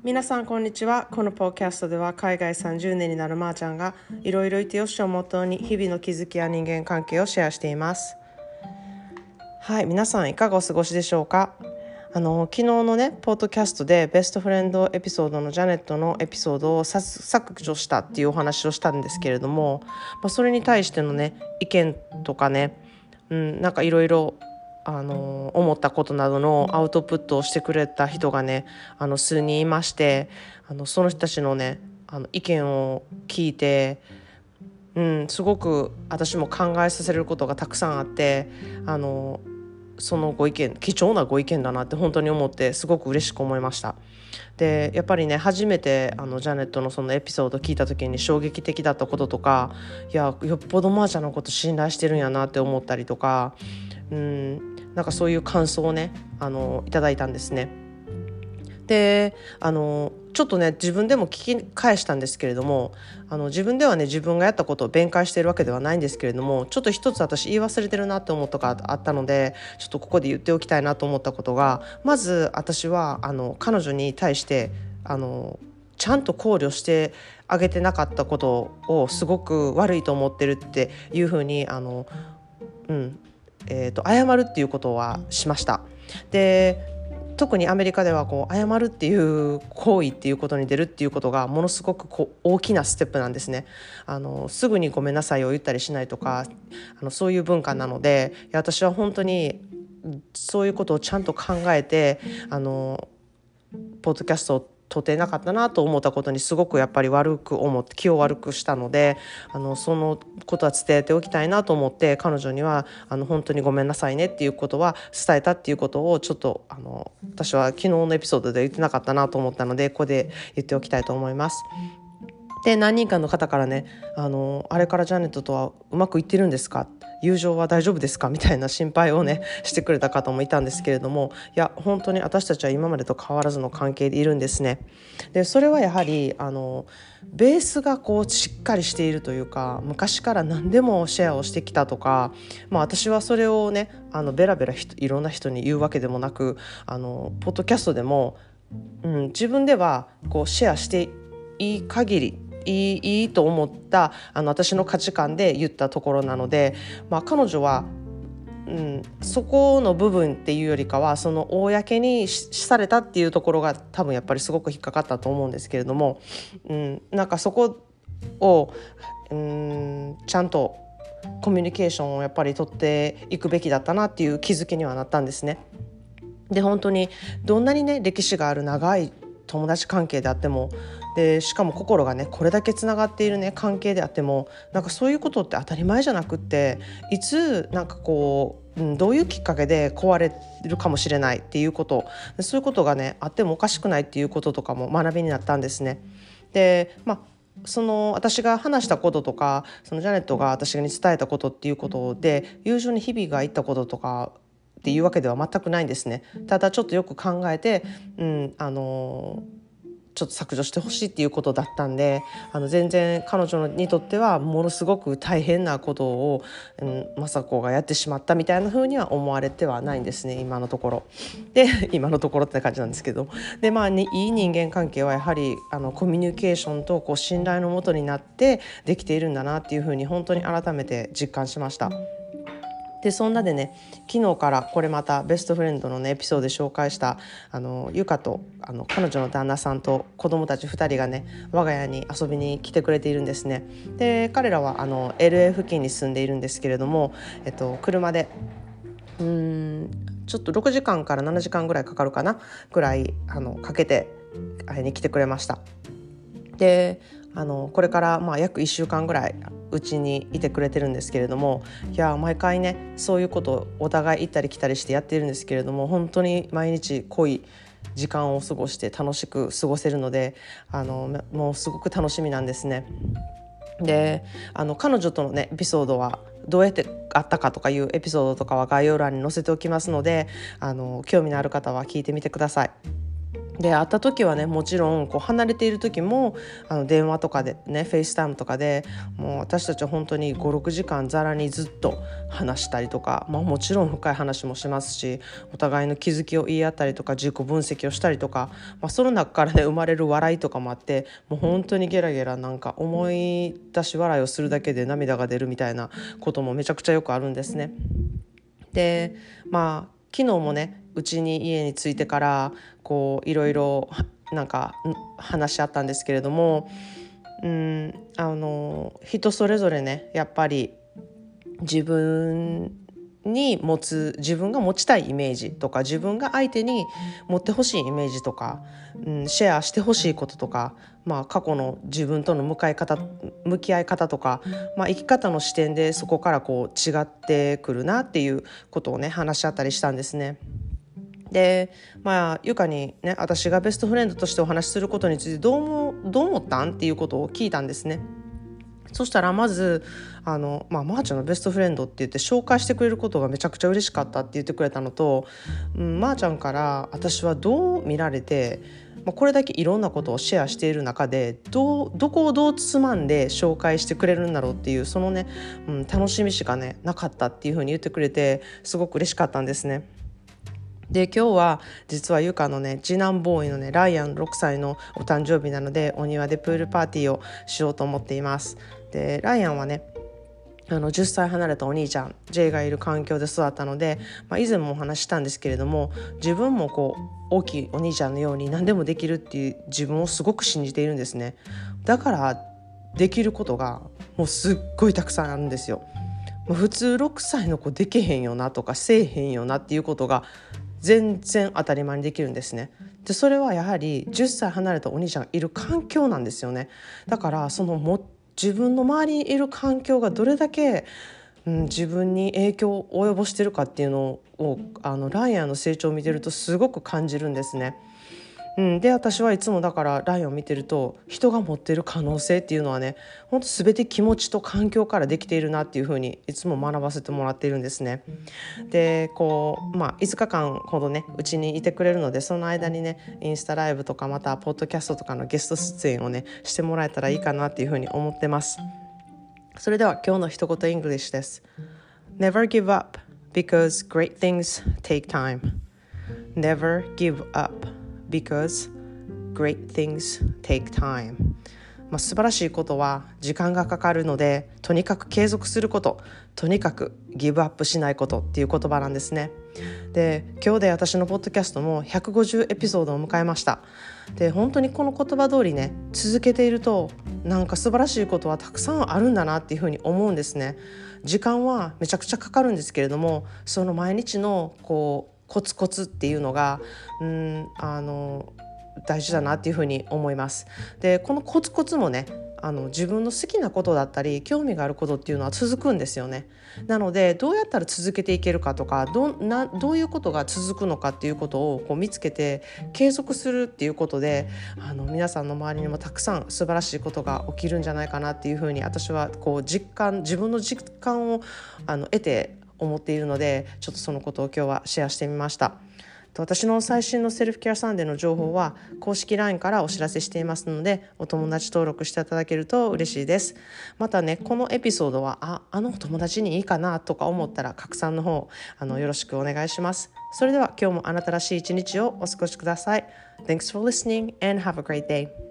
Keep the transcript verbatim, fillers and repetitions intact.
皆さんこんにちは。このポッドキャストでは海外さんじゅうねんになるまーちゃんがいろいろいてよしをモットーに日々の気づきや人間関係をシェアしています。はい、皆さんいかがお過ごしでしょうか。あの昨日のねポッドキャストでベストフレンドエピソードのジャネットのエピソードを削除したっていうお話をしたんですけれども、まあ、それに対してのね意見とかね、うん、なんかいろいろあの思ったことなどのアウトプットをしてくれた人がねあの数人いまして、あのその人たちのねあの意見を聞いて、うん、すごく私も考えさせることがたくさんあって、あのそのご意見貴重なご意見だなって本当に思ってすごく嬉しく思いました。でやっぱりね初めてあのジャネットのそのエピソードを聞いた時に衝撃的だったこととか、いやよっぽどマーちゃんのこと信頼してるんやなって思ったりとか、うんなんかそういう感想をねあのいただいたんですね。であのちょっとね自分でも聞き返したんですけれども、あの自分ではね自分がやったことを弁解しているわけではないんですけれども、ちょっと一つ私言い忘れてるなって思ったことがあったので、ちょっとここで言っておきたいなと思ったことが、まず私はあの彼女に対してあのちゃんと考慮してあげてなかったことをすごく悪いと思ってるっていうふうにあの、うんえーと、謝るっていうことはしました。で特にアメリカではこう謝るっていう行為っていうことに出るっていうことがものすごくこう大きなステップなんですね。あのすぐにごめんなさいを言ったりしないとか、あのそういう文化なので、いや私は本当にそういうことをちゃんと考えてあのポッドキャストを撮ってなかったなと思ったことにすごくやっぱり悪く思って気を悪くしたので、あのそのことは伝えておきたいなと思って彼女にはあの本当にごめんなさいねっていうことは伝えたっていうことをちょっとあの私は昨日のエピソードで言ってなかったなと思ったのでここで言っておきたいと思います。で何人かの方からねあのあれからジャネットとはうまくいってるんですか、友情は大丈夫ですかみたいな心配をねしてくれた方もいたんですけれども、いや本当に私たちは今までと変わらずの関係でいるんですね。でそれはやはりあのベースがこうしっかりしているというか、昔から何でもシェアをしてきたとか、まあ、私はそれをねあのベラベラいろんな人に言うわけでもなく、あのポッドキャストでも、うん、自分ではこうシェアしていい限りいい、いいと思ったあの私の価値観で言ったところなので、まあ、彼女は、うん、そこの部分っていうよりかはその公にされたっていうところが多分やっぱりすごく引っかかったと思うんですけれども、うん、なんかそこを、うん、ちゃんとコミュニケーションをやっぱり取っていくべきだったなっていう気づきにはなったんですね。で本当にどんなにね歴史がある長い友達関係であっても、でしかも心がねこれだけつながっているね関係であっても、なんかそういうことって当たり前じゃなくって、いつなんかこう、うん、どういうきっかけで壊れるかもしれないっていうこと、そういうことがねあってもおかしくないっていうこととかも学びになったんですね。でまあその私が話したこととかそのジャネットが私に伝えたことっていうことで友情にひびがいったこととかっていうわけでは全くないんですね。ただちょっとよく考えて、うん、あのちょっと削除してほしいっていうことだったんで、あの全然彼女にとってはものすごく大変なことを、うん、雅子がやってしまったみたいな風には思われてはないんですね今のところで今のところって感じなんですけど、でまあいい人間関係はやはりあのコミュニケーションとこう信頼のもとになってできているんだなっていう風に本当に改めて実感しました。でそんなでね昨日からこれまたベストフレンドの、ね、エピソードで紹介したあのゆかとあの彼女の旦那さんと子供たちふたりがね我が家に遊びに来てくれているんですね。で彼らはあの エルエー 付近に住んでいるんですけれども、えっと、車でうーんちょっとろくじかんからななじかんぐらいかかるかなぐらいあのかけて会いに来てくれました。であのこれからまあ約いっしゅうかんぐらいうちにいてくれてるんですけれども、いや毎回ねそういうことをお互い行ったり来たりしてやっているんですけれども、本当に毎日濃い時間を過ごして楽しく過ごせるので、あのもうすごく楽しみなんですね。であの彼女とのねエピソードはどうやってあったかとかいうエピソードとかは概要欄に載せておきますので、あの興味のある方は聞いてみてください。 で会った時はねもちろんこう離れている時もあの電話とかでねフェイスタイムとかでもう私たちは本当にごろくじかんざらにずっと話したりとか、まあ、もちろん深い話もしますしお互いの気づきを言い合ったりとか自己分析をしたりとか、まあ、その中からね生まれる笑いとかもあってもう本当にゲラゲラなんか思い出し笑いをするだけで涙が出るみたいなこともめちゃくちゃよくあるんですね。でまあ昨日もねうちに家に着いてからこういろいろなんか話し合ったんですけれども、うんあの人それぞれねやっぱり自分に持つ自分が持ちたいイメージとか自分が相手に持ってほしいイメージとか、うん、シェアしてほしいこととか、まあ、過去の自分との向かい方向き合い方とか、まあ、生き方の視点でそこからこう違ってくるなっていうことをね話し合ったりしたんですね。でまあゆかにね私がベストフレンドとしてお話しすることについてどうもどう思ったんっていうことを聞いたんですね。そしたらまずあの、まあ、まーちゃんのベストフレンドって言って紹介してくれることがめちゃくちゃ嬉しかったって言ってくれたのと、うん、まーちゃんから私はどう見られて、まあ、これだけいろんなことをシェアしている中でどうどこをどうつまんで紹介してくれるんだろうっていうそのね、うん、楽しみしかねなかったっていうふうに言ってくれてすごく嬉しかったんですね。で今日は実はゆかのね次男ボーイのねライアンろくさいのお誕生日なのでお庭でプールパーティーをしようと思っています。でライアンはねあのじゅっさい離れたお兄ちゃん J がいる環境で育ったので、まあ、以前もお話ししたんですけれども自分もこう大きいお兄ちゃんのように何でもできるっていう自分をすごく信じているんですね。だからできることがもうすっごいたくさんあるんですよ。普通ろくさいの子できへんよなとかせえへんよなっていうことが全然当たり前にできるんですね。でそれはやはりじゅっさい離れたお兄ちゃんがいる環境なんですよね。だからそのも自分の周りにいる環境がどれだけ、うん、自分に影響を及ぼしてるかっていうのをあのライアンの成長を見てるとすごく感じるんですね。うん、で私はいつもだからライアンを見てると人が持っている可能性っていうのはね本当全て気持ちと環境からできているなっていうふうにいつも学ばせてもらっているんですね。でこう、まあ、いつかかんほどねうちにいてくれるのでその間にねインスタライブとかまたポッドキャストとかのゲスト出演をねしてもらえたらいいかなっていうふうに思ってます。それでは今日の一言イングリッシュです。 Never give up because great things take time. Never give up because great things take time。まあ、素晴らしいことは時間がかかるのでとにかく継続すること、とにかくギブアップしないことっていう言葉なんですね。で今日で私のポッドキャストもひゃくごじゅうエピソードを迎えました。で本当にこの言葉通りね続けているとなんか素晴らしいことはたくさんあるんだなっていうふうに思うんですね。時間はめちゃくちゃかかるんですけれどもその毎日のこうコツコツっていうのがうんあの大事だなっていうふうに思います。でこのコツコツもねあの自分の好きなことだったり興味があることっていうのは続くんですよね。なのでどうやったら続けていけるかとか ど, などういうことが続くのかっていうことをこう見つけて継続するっていうことであの皆さんの周りにもたくさん素晴らしいことが起きるんじゃないかなっていうふうに私はこう実感自分の実感をあの得て思っているのでちょっとそのことを今日はシェアしてみました。私の最新のセルフケアサンデーの情報は公式 ライン からお知らせしていますのでお友達登録していただけると嬉しいです。またねこのエピソードは あ, あの友達にいいかなとか思ったら拡散の方あのよろしくお願いします。それでは今日もあなたらしい一日をお過ごしください。 Thanks for listening and have a great day.